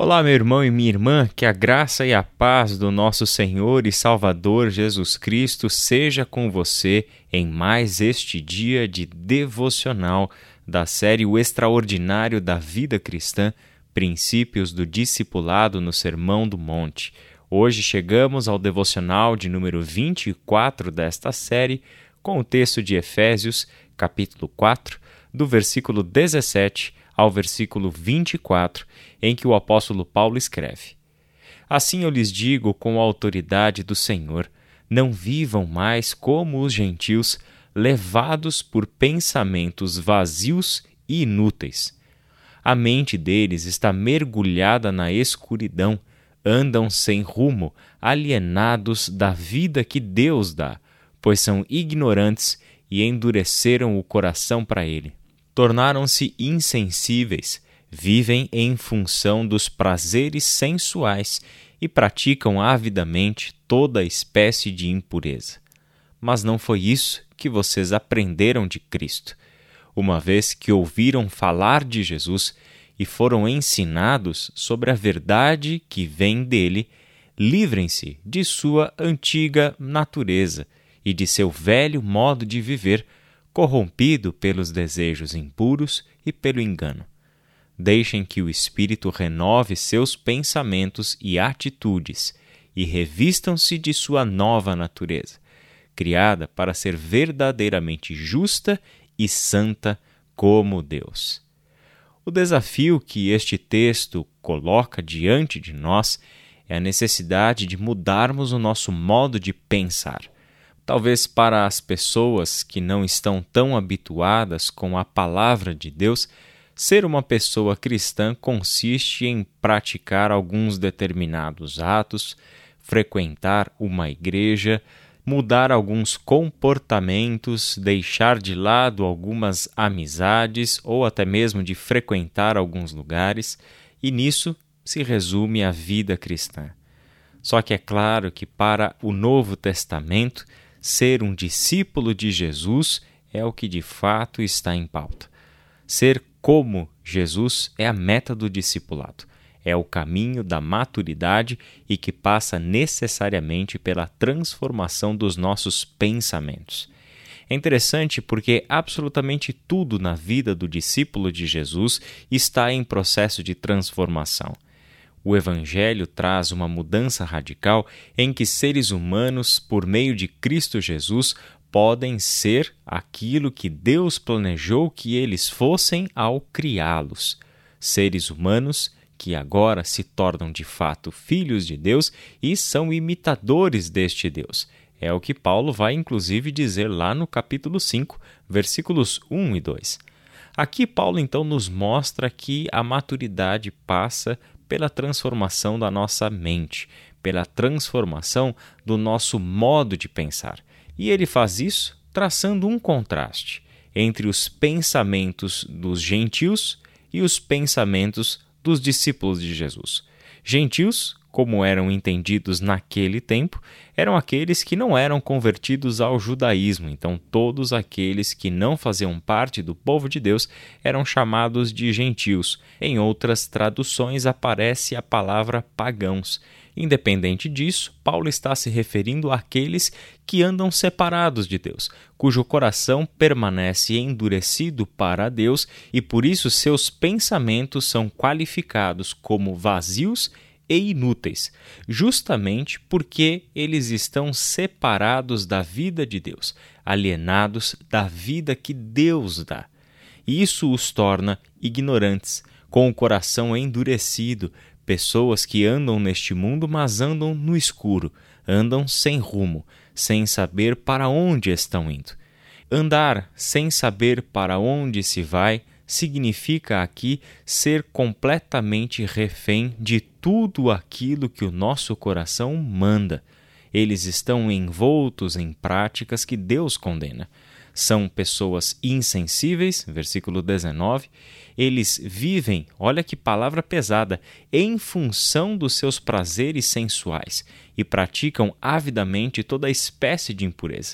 Olá, meu irmão e minha irmã, que a graça e a paz do nosso Senhor e Salvador Jesus Cristo seja com você em mais este dia de devocional da série O Extraordinário da Vida Cristã, Princípios do Discipulado no Sermão do Monte. Hoje chegamos ao devocional de número 24 desta série, com o texto de Efésios, capítulo 4, do versículo 17 ao versículo 24, em que o apóstolo Paulo escreve: Assim eu lhes digo com a autoridade do Senhor, não vivam mais como os gentios, levados por pensamentos vazios e inúteis. A mente deles está mergulhada na escuridão, andam sem rumo, alienados da vida que Deus dá, pois são ignorantes e endureceram o coração para ele. Tornaram-se insensíveis, vivem em função dos prazeres sensuais e praticam avidamente toda espécie de impureza. Mas não foi isso que vocês aprenderam de Cristo. Uma vez que ouviram falar de Jesus e foram ensinados sobre a verdade que vem dele, livrem-se de sua antiga natureza e de seu velho modo de viver, corrompido pelos desejos impuros e pelo engano. Deixem que o Espírito renove seus pensamentos e atitudes e revistam-se de sua nova natureza, criada para ser verdadeiramente justa e santa como Deus. O desafio que este texto coloca diante de nós é a necessidade de mudarmos o nosso modo de pensar. Talvez para as pessoas que não estão tão habituadas com a palavra de Deus, ser uma pessoa cristã consiste em praticar alguns determinados atos, frequentar uma igreja, mudar alguns comportamentos, deixar de lado algumas amizades ou até mesmo de frequentar alguns lugares, e nisso se resume a vida cristã. Só que é claro que para o Novo Testamento, ser um discípulo de Jesus é o que de fato está em pauta. Ser como Jesus é a meta do discipulado. É o caminho da maturidade e que passa necessariamente pela transformação dos nossos pensamentos. É interessante porque absolutamente tudo na vida do discípulo de Jesus está em processo de transformação. O Evangelho traz uma mudança radical em que seres humanos, por meio de Cristo Jesus, podem ser aquilo que Deus planejou que eles fossem ao criá-los. Seres humanos que agora se tornam de fato filhos de Deus e são imitadores deste Deus. É o que Paulo vai inclusive dizer lá no capítulo 5, versículos 1 e 2. Aqui Paulo então nos mostra que a maturidade passa pela transformação da nossa mente, pela transformação do nosso modo de pensar. E ele faz isso traçando um contraste entre os pensamentos dos gentios e os pensamentos dos discípulos de Jesus. Gentios, como eram entendidos naquele tempo, eram aqueles que não eram convertidos ao judaísmo. Então, todos aqueles que não faziam parte do povo de Deus eram chamados de gentios. Em outras traduções aparece a palavra pagãos. Independente disso, Paulo está se referindo àqueles que andam separados de Deus, cujo coração permanece endurecido para Deus e por isso seus pensamentos são qualificados como vazios e inúteis, justamente porque eles estão separados da vida de Deus, alienados da vida que Deus dá. E isso os torna ignorantes, com o coração endurecido, pessoas que andam neste mundo, mas andam no escuro, andam sem rumo, sem saber para onde estão indo. Andar sem saber para onde se vai significa aqui ser completamente refém de tudo aquilo que o nosso coração manda. Eles estão envoltos em práticas que Deus condena. São pessoas insensíveis, versículo 19, eles vivem, olha que palavra pesada, em função dos seus prazeres sensuais e praticam avidamente toda espécie de impureza.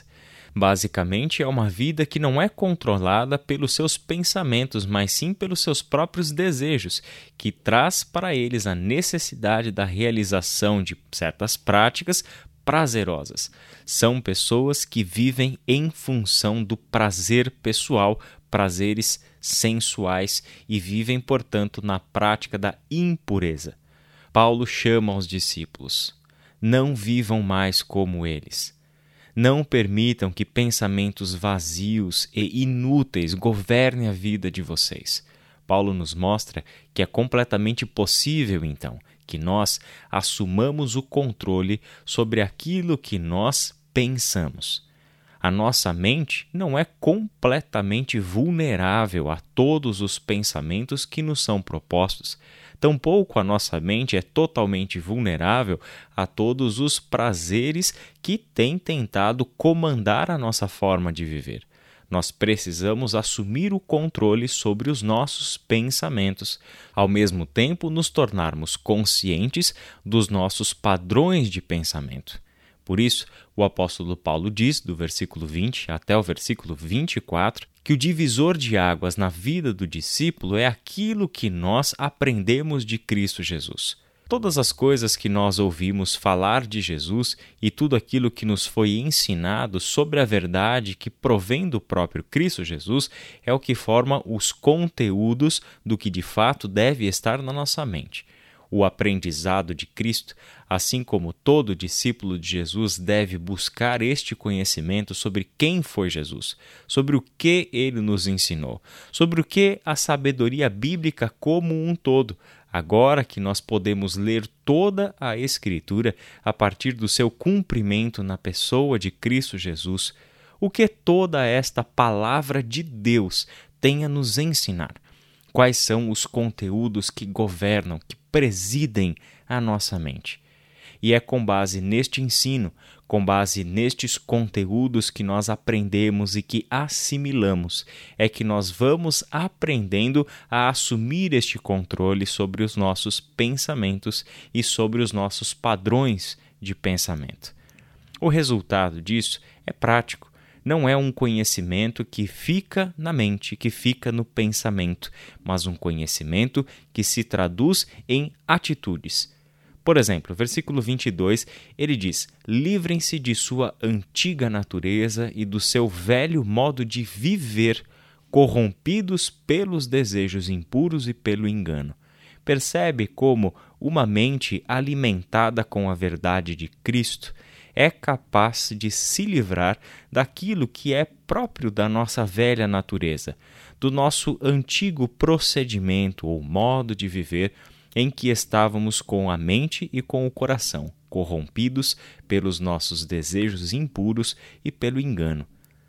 Basicamente, é uma vida que não é controlada pelos seus pensamentos, mas sim pelos seus próprios desejos, que traz para eles a necessidade da realização de certas práticas prazerosas. São pessoas que vivem em função do prazer pessoal, prazeres sensuais, e vivem, portanto, na prática da impureza. Paulo chama aos discípulos: não vivam mais como eles. Não permitam que pensamentos vazios e inúteis governem a vida de vocês. Paulo nos mostra que é completamente possível, então, que nós assumamos o controle sobre aquilo que nós pensamos. A nossa mente não é completamente vulnerável a todos os pensamentos que nos são propostos. Tampouco a nossa mente é totalmente vulnerável a todos os prazeres que têm tentado comandar a nossa forma de viver. Nós precisamos assumir o controle sobre os nossos pensamentos, ao mesmo tempo nos tornarmos conscientes dos nossos padrões de pensamento. Por isso, o apóstolo Paulo diz, do versículo 20 até o versículo 24, que o divisor de águas na vida do discípulo é aquilo que nós aprendemos de Cristo Jesus. Todas as coisas que nós ouvimos falar de Jesus e tudo aquilo que nos foi ensinado sobre a verdade que provém do próprio Cristo Jesus é o que forma os conteúdos do que de fato deve estar na nossa mente. O aprendizado de Cristo, assim como todo discípulo de Jesus deve buscar este conhecimento sobre quem foi Jesus, sobre o que ele nos ensinou, sobre o que a sabedoria bíblica como um todo, agora que nós podemos ler toda a Escritura a partir do seu cumprimento na pessoa de Cristo Jesus, o que toda esta palavra de Deus tem a nos ensinar. Quais são os conteúdos que governam, que presidem a nossa mente? E é com base neste ensino, com base nestes conteúdos que nós aprendemos e que assimilamos, é que nós vamos aprendendo a assumir este controle sobre os nossos pensamentos e sobre os nossos padrões de pensamento. O resultado disso é prático. Não é um conhecimento que fica na mente, que fica no pensamento, mas um conhecimento que se traduz em atitudes. Por exemplo, versículo 22, ele diz: livrem-se de sua antiga natureza e do seu velho modo de viver, corrompidos pelos desejos impuros e pelo engano. Percebe como uma mente alimentada com a verdade de Cristo é capaz de se livrar daquilo que é próprio da nossa velha natureza, do nosso antigo procedimento ou modo de viver em que estávamos com a mente e com o coração, corrompidos pelos nossos desejos impuros e pelo engano.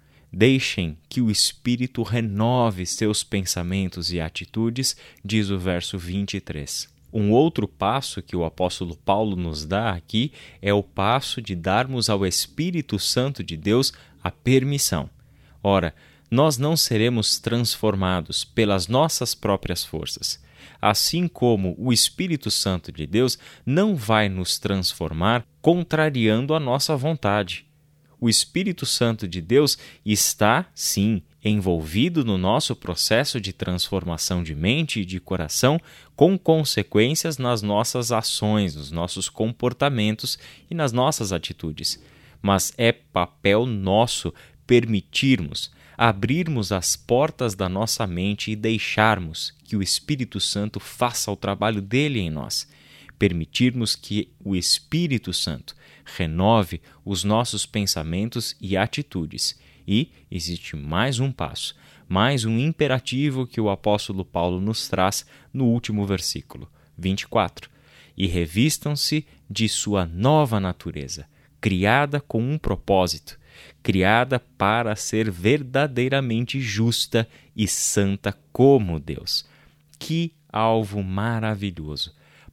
Deixem que o Espírito renove seus pensamentos e atitudes, diz o verso 23. Um outro passo que o apóstolo Paulo nos dá aqui é o passo de darmos ao Espírito Santo de Deus a permissão. Ora, nós não seremos transformados pelas nossas próprias forças, assim como o Espírito Santo de Deus não vai nos transformar contrariando a nossa vontade. O Espírito Santo de Deus está, sim, envolvido no nosso processo de transformação de mente e de coração, com consequências nas nossas ações, nos nossos comportamentos e nas nossas atitudes. Mas é papel nosso permitirmos, abrirmos as portas da nossa mente e deixarmos que o Espírito Santo faça o trabalho dele em nós. Permitirmos que o Espírito Santo renove os nossos pensamentos e atitudes. E existe mais um passo, mais um imperativo que o apóstolo Paulo nos traz no último versículo, 24. E revistam-se de sua nova natureza, criada com um propósito, criada para ser verdadeiramente justa e santa como Deus. Que alvo maravilhoso!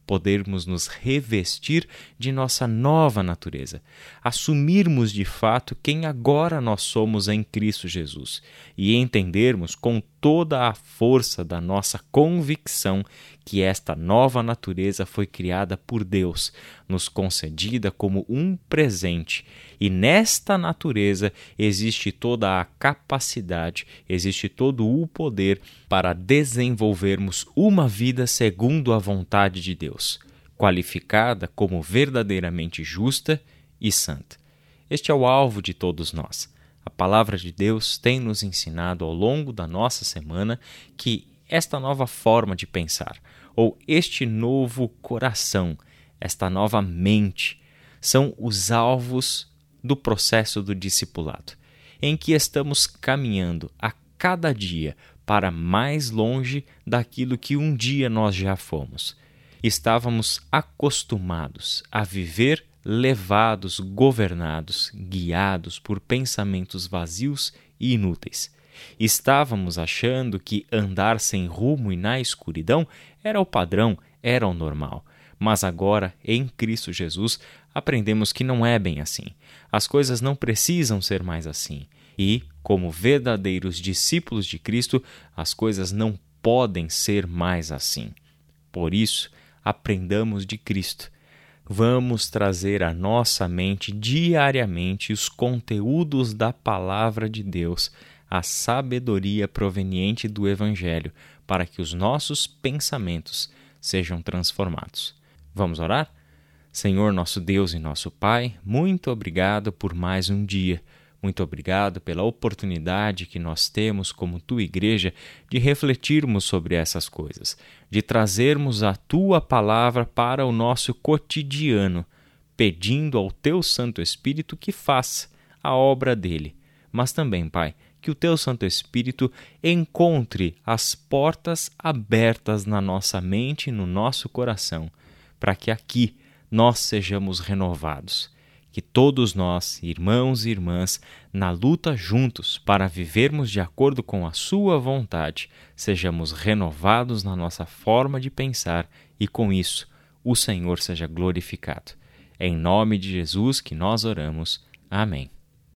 podermos nos revestir de nossa nova natureza, assumirmos de fato quem agora nós somos em Cristo Jesus e entendermos com toda a força da nossa convicção que esta nova natureza foi criada por Deus, nos concedida como um presente, e nesta natureza existe toda a capacidade, existe todo o poder para desenvolvermos uma vida segundo a vontade de Deus, qualificada como verdadeiramente justa e santa. Este é o alvo de todos nós. A palavra de Deus tem nos ensinado ao longo da nossa semana que esta nova forma de pensar, ou este novo coração, esta nova mente, são os alvos do processo do discipulado, em que estamos caminhando a cada dia para mais longe daquilo que um dia nós já fomos. Estávamos acostumados a viver levados, governados, guiados por pensamentos vazios e inúteis. Estávamos achando que andar sem rumo e na escuridão era o padrão, era o normal. Mas agora, em Cristo Jesus, aprendemos que não é bem assim. As coisas não precisam ser mais assim. E, como verdadeiros discípulos de Cristo, as coisas não podem ser mais assim. Por isso, aprendamos de Cristo. Vamos trazer à nossa mente diariamente os conteúdos da Palavra de Deus, a sabedoria proveniente do Evangelho, para que os nossos pensamentos sejam transformados. Vamos orar? Senhor, nosso Deus e nosso Pai, muito obrigado por mais um dia. Muito obrigado pela oportunidade que nós temos como Tua Igreja de refletirmos sobre essas coisas, de trazermos a Tua Palavra para o nosso cotidiano, pedindo ao Teu Santo Espírito que faça a obra dele. Mas também, Pai, que o Teu Santo Espírito encontre as portas abertas na nossa mente e no nosso coração, para que aqui nós sejamos renovados. Que todos nós, irmãos e irmãs, na luta juntos para vivermos de acordo com a Sua vontade, sejamos renovados na nossa forma de pensar e, com isso, o Senhor seja glorificado. É em nome de Jesus que nós oramos. Amém.